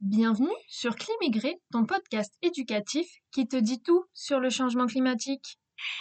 Bienvenue sur Climigré, ton podcast éducatif qui te dit tout sur le changement climatique.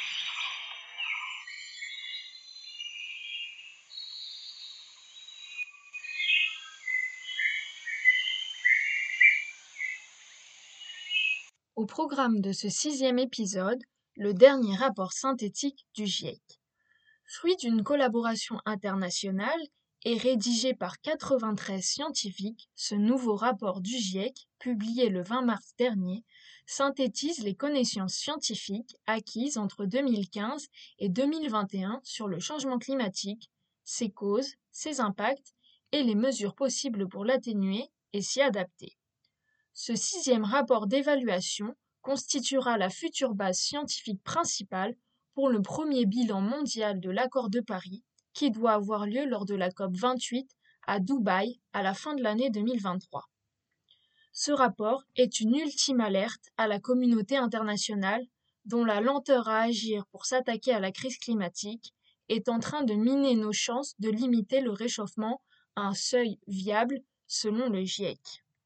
Au programme de ce 6e épisode, le dernier rapport synthétique du GIEC. Fruit d'une collaboration internationale et rédigé par 93 scientifiques, ce nouveau rapport du GIEC, publié le 20 mars dernier, synthétise les connaissances scientifiques acquises entre 2015 et 2021 sur le changement climatique, ses causes, ses impacts et les mesures possibles pour l'atténuer et s'y adapter. Ce 6e rapport d'évaluation constituera la future base scientifique principale pour le premier bilan mondial de l'accord de Paris qui doit avoir lieu lors de la COP 28 à Dubaï à la fin de l'année 2023. Ce rapport est une ultime alerte à la communauté internationale dont la lenteur à agir pour s'attaquer à la crise climatique est en train de miner nos chances de limiter le réchauffement à un seuil viable selon le GIEC.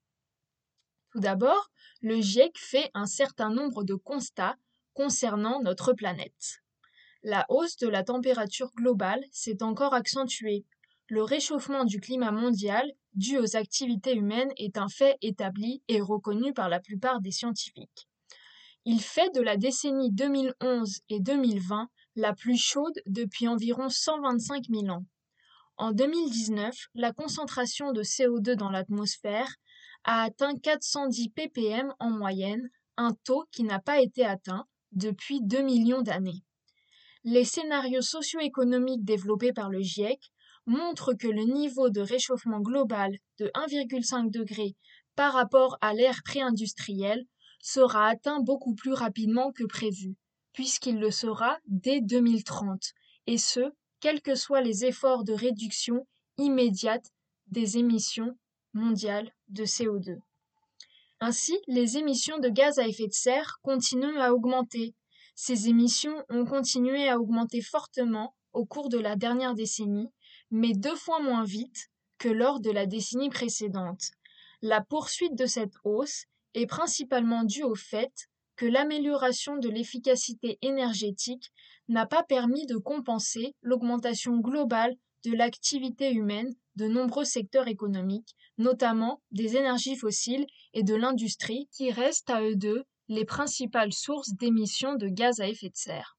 Tout d'abord, le GIEC fait un certain nombre de constats concernant notre planète. La hausse de la température globale s'est encore accentuée. Le réchauffement du climat mondial dû aux activités humaines est un fait établi et reconnu par la plupart des scientifiques. Il fait de la décennie 2011 et 2020 la plus chaude depuis environ 125 000 ans. En 2019, la concentration de CO2 dans l'atmosphère a atteint 410 ppm en moyenne, un taux qui n'a pas été atteint depuis 2 millions d'années. Les scénarios socio-économiques développés par le GIEC montrent que le niveau de réchauffement global de 1,5 degré par rapport à l'ère pré-industrielle sera atteint beaucoup plus rapidement que prévu, puisqu'il le sera dès 2030, et ce, quels que soient les efforts de réduction immédiate des émissions mondiales de CO2. Ainsi, les émissions de gaz à effet de serre continuent à augmenter. Ces émissions ont continué à augmenter fortement au cours de la dernière décennie, mais 2 fois moins vite que lors de la décennie précédente. La poursuite de cette hausse est principalement due au fait que l'amélioration de l'efficacité énergétique n'a pas permis de compenser l'augmentation globale de l'activité humaine de nombreux secteurs économiques, notamment des énergies fossiles et de l'industrie, qui restent à eux deux les principales sources d'émissions de gaz à effet de serre.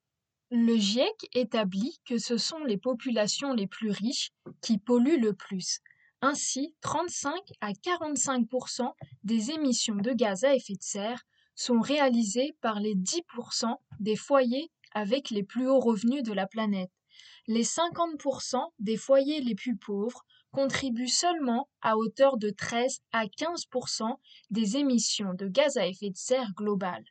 Le GIEC établit que ce sont les populations les plus riches qui polluent le plus. Ainsi, 35 à 45% des émissions de gaz à effet de serre sont réalisées par les 10% des foyers avec les plus hauts revenus de la planète. Les 50% des foyers les plus pauvres contribuent seulement à hauteur de 13 à 15% des émissions de gaz à effet de serre globales.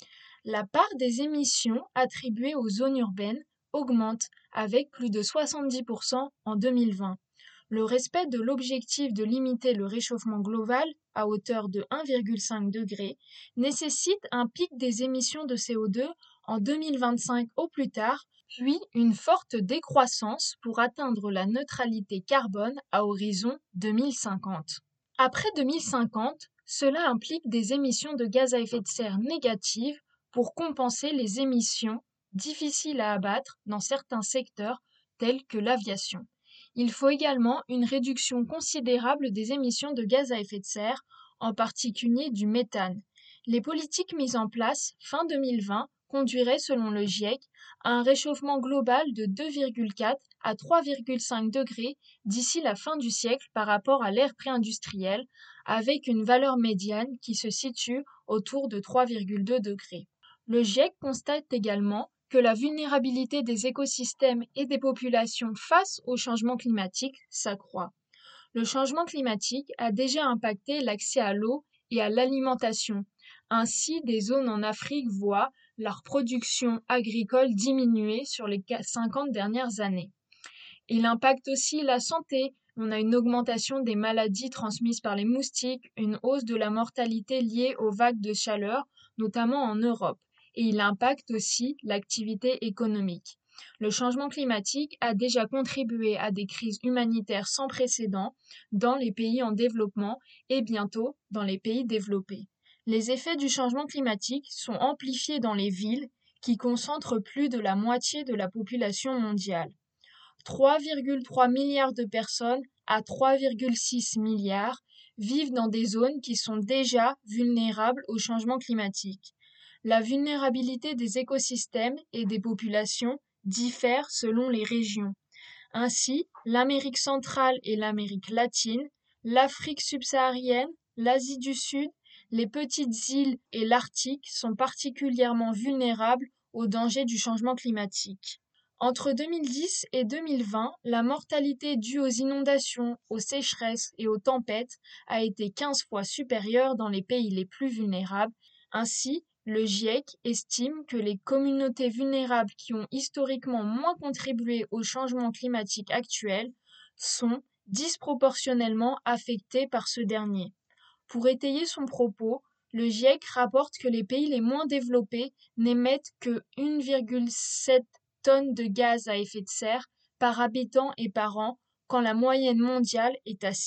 La part des émissions attribuées aux zones urbaines augmente avec plus de 70% en 2020. Le respect de l'objectif de limiter le réchauffement global à hauteur de 1,5 degré nécessite un pic des émissions de CO2 en 2025 au plus tard, puis une forte décroissance pour atteindre la neutralité carbone à horizon 2050. Après 2050, cela implique des émissions de gaz à effet de serre négatives pour compenser les émissions difficiles à abattre dans certains secteurs tels que l'aviation. Il faut également une réduction considérable des émissions de gaz à effet de serre, en particulier du méthane. Les politiques mises en place fin 2020 conduiraient, selon le GIEC, à un réchauffement global de 2,4 à 3,5 degrés d'ici la fin du siècle par rapport à l'ère pré-industrielle, avec une valeur médiane qui se situe autour de 3,2 degrés. Le GIEC constate également que la vulnérabilité des écosystèmes et des populations face au changement climatique s'accroît. Le changement climatique a déjà impacté l'accès à l'eau et à l'alimentation. Ainsi, des zones en Afrique voient leur production agricole diminuer sur les 50 dernières années. Il impacte aussi la santé. On a une augmentation des maladies transmises par les moustiques, une hausse de la mortalité liée aux vagues de chaleur, notamment en Europe. Et il impacte aussi l'activité économique. Le changement climatique a déjà contribué à des crises humanitaires sans précédent dans les pays en développement et bientôt dans les pays développés. Les effets du changement climatique sont amplifiés dans les villes qui concentrent plus de la moitié de la population mondiale. 3,3 milliards de personnes à 3,6 milliards vivent dans des zones qui sont déjà vulnérables au changement climatique. La vulnérabilité des écosystèmes et des populations diffère selon les régions. Ainsi, l'Amérique centrale et l'Amérique latine, l'Afrique subsaharienne, l'Asie du Sud, les petites îles et l'Arctique sont particulièrement vulnérables aux dangers du changement climatique. Entre 2010 et 2020, la mortalité due aux inondations, aux sécheresses et aux tempêtes a été 15 fois supérieure dans les pays les plus vulnérables. Ainsi, le GIEC estime que les communautés vulnérables qui ont historiquement moins contribué au changement climatique actuel sont disproportionnellement affectées par ce dernier. Pour étayer son propos, le GIEC rapporte que les pays les moins développés n'émettent que 1,7 tonnes de gaz à effet de serre par habitant et par an, quand la moyenne mondiale est à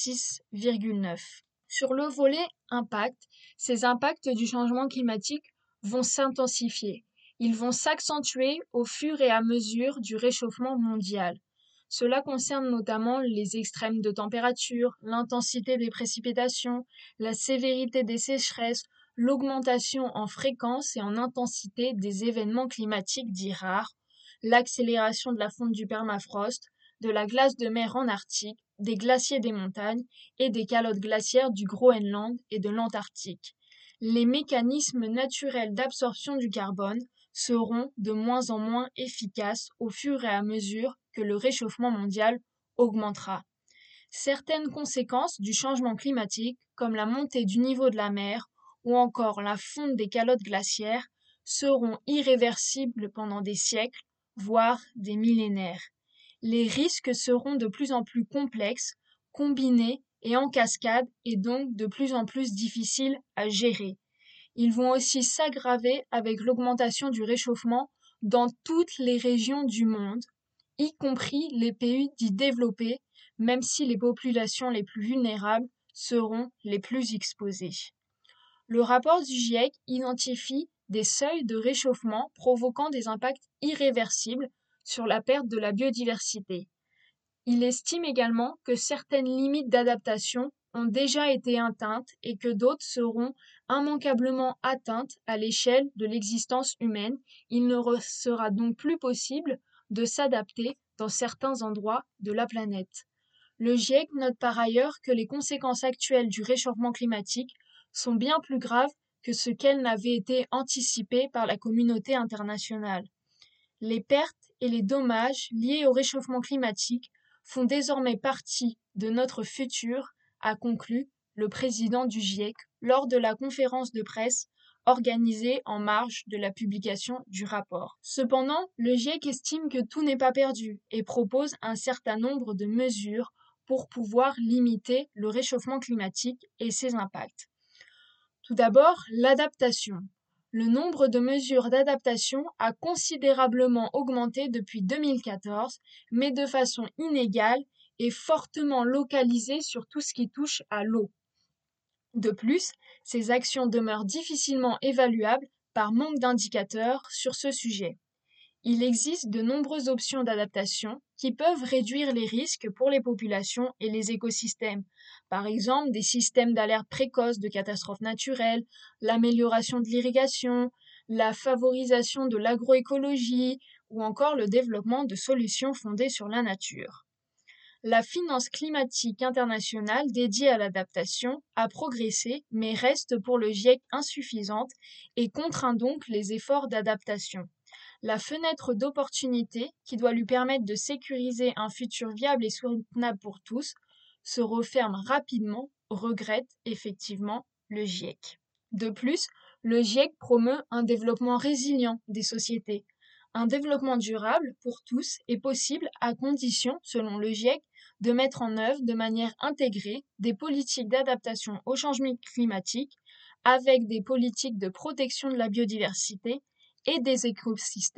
6,9. Sur le volet impact, ces impacts du changement climatique vont s'intensifier. Ils vont s'accentuer au fur et à mesure du réchauffement mondial. Cela concerne notamment les extrêmes de température, l'intensité des précipitations, la sévérité des sécheresses, l'augmentation en fréquence et en intensité des événements climatiques dits rares, l'accélération de la fonte du permafrost, de la glace de mer en Arctique, des glaciers des montagnes et des calottes glaciaires du Groenland et de l'Antarctique. Les mécanismes naturels d'absorption du carbone seront de moins en moins efficaces au fur et à mesure que le réchauffement mondial augmentera. Certaines conséquences du changement climatique, comme la montée du niveau de la mer ou encore la fonte des calottes glaciaires, seront irréversibles pendant des siècles, voire des millénaires. Les risques seront de plus en plus complexes, combinés et en cascade et donc de plus en plus difficiles à gérer. Ils vont aussi s'aggraver avec l'augmentation du réchauffement dans toutes les régions du monde, y compris les pays dits développés, même si les populations les plus vulnérables seront les plus exposées. Le rapport du GIEC identifie des seuils de réchauffement provoquant des impacts irréversibles sur la perte de la biodiversité. Il estime également que certaines limites d'adaptation ont déjà été atteintes et que d'autres seront immanquablement atteintes à l'échelle de l'existence humaine. Il ne sera donc plus possible de s'adapter dans certains endroits de la planète. Le GIEC note par ailleurs que les conséquences actuelles du réchauffement climatique sont bien plus graves que ce qu'elles n'avaient été anticipées par la communauté internationale. Les pertes et les dommages liés au réchauffement climatique font désormais partie de notre futur, a conclu le président du GIEC lors de la conférence de presse organisée en marge de la publication du rapport. Cependant, le GIEC estime que tout n'est pas perdu et propose un certain nombre de mesures pour pouvoir limiter le réchauffement climatique et ses impacts. Tout d'abord, l'adaptation. Le nombre de mesures d'adaptation a considérablement augmenté depuis 2014, mais de façon inégale et fortement localisée sur tout ce qui touche à l'eau. De plus, ces actions demeurent difficilement évaluables par manque d'indicateurs sur ce sujet. Il existe de nombreuses options d'adaptation qui peuvent réduire les risques pour les populations et les écosystèmes. Par exemple, des systèmes d'alerte précoce de catastrophes naturelles, l'amélioration de l'irrigation, la favorisation de l'agroécologie ou encore le développement de solutions fondées sur la nature. La finance climatique internationale dédiée à l'adaptation a progressé mais reste pour le GIEC insuffisante et contraint donc les efforts d'adaptation. La fenêtre d'opportunité, qui doit lui permettre de sécuriser un futur viable et soutenable pour tous, se referme rapidement, regrette effectivement le GIEC. De plus, le GIEC promeut un développement résilient des sociétés. Un développement durable pour tous est possible à condition, selon le GIEC, de mettre en œuvre de manière intégrée des politiques d'adaptation au changement climatique avec des politiques de protection de la biodiversité et des écosystèmes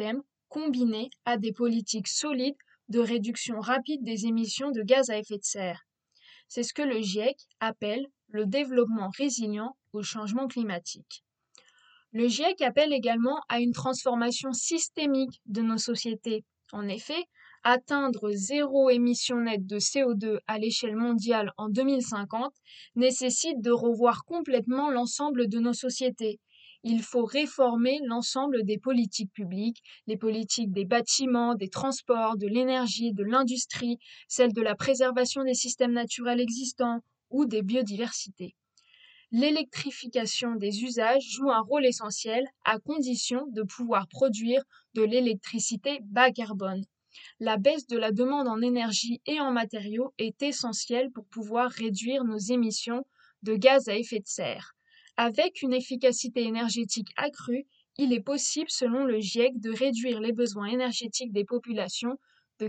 combinée à des politiques solides de réduction rapide des émissions de gaz à effet de serre. C'est ce que le GIEC appelle le développement résilient au changement climatique. Le GIEC appelle également à une transformation systémique de nos sociétés. En effet, atteindre zéro émission nette de CO2 à l'échelle mondiale en 2050 nécessite de revoir complètement l'ensemble de nos sociétés. Il faut réformer l'ensemble des politiques publiques, les politiques des bâtiments, des transports, de l'énergie, de l'industrie, celles de la préservation des systèmes naturels existants ou des biodiversités. L'électrification des usages joue un rôle essentiel à condition de pouvoir produire de l'électricité bas carbone. La baisse de la demande en énergie et en matériaux est essentielle pour pouvoir réduire nos émissions de gaz à effet de serre. Avec une efficacité énergétique accrue, il est possible, selon le GIEC, de réduire les besoins énergétiques des populations de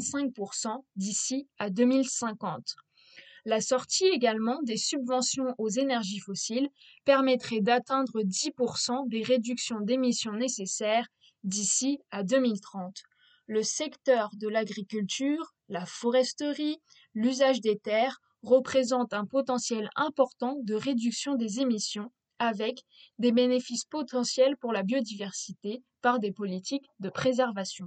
45% d'ici à 2050. La sortie également des subventions aux énergies fossiles permettrait d'atteindre 10% des réductions d'émissions nécessaires d'ici à 2030. Le secteur de l'agriculture, la foresterie, l'usage des terres représentent un potentiel important de réduction des émissions avec des bénéfices potentiels pour la biodiversité par des politiques de préservation.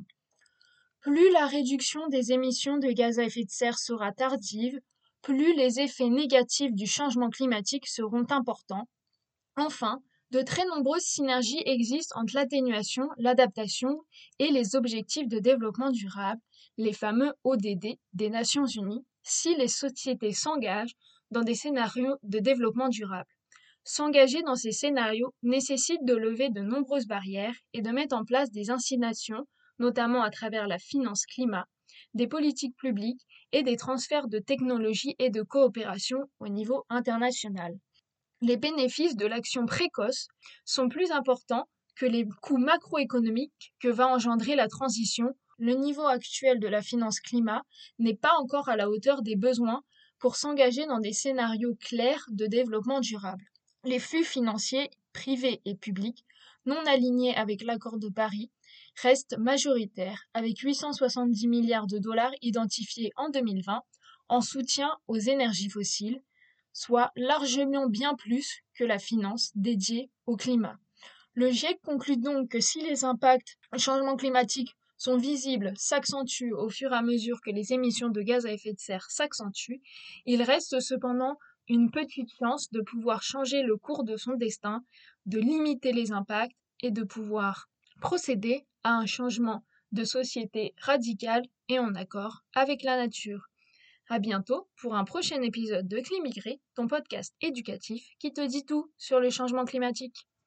Plus la réduction des émissions de gaz à effet de serre sera tardive, plus les effets négatifs du changement climatique seront importants. Enfin, de très nombreuses synergies existent entre l'atténuation, l'adaptation et les objectifs de développement durable, les fameux ODD des Nations Unies, si les sociétés s'engagent dans des scénarios de développement durable. S'engager dans ces scénarios nécessite de lever de nombreuses barrières et de mettre en place des incitations, notamment à travers la finance climat, des politiques publiques et des transferts de technologies et de coopération au niveau international. Les bénéfices de l'action précoce sont plus importants que les coûts macroéconomiques que va engendrer la transition. Le niveau actuel de la finance climat n'est pas encore à la hauteur des besoins pour s'engager dans des scénarios clairs de développement durable. Les flux financiers privés et publics non alignés avec l'accord de Paris restent majoritaires, avec 870 milliards de dollars identifiés en 2020 en soutien aux énergies fossiles, soit largement bien plus que la finance dédiée au climat. Le GIEC conclut donc que si les impacts du changement climatique sont visibles, s'accentuent au fur et à mesure que les émissions de gaz à effet de serre s'accentuent, il reste cependant une petite chance de pouvoir changer le cours de son destin, de limiter les impacts et de pouvoir procéder à un changement de société radical et en accord avec la nature. À bientôt pour un prochain épisode de Climigré, ton podcast éducatif qui te dit tout sur le changement climatique.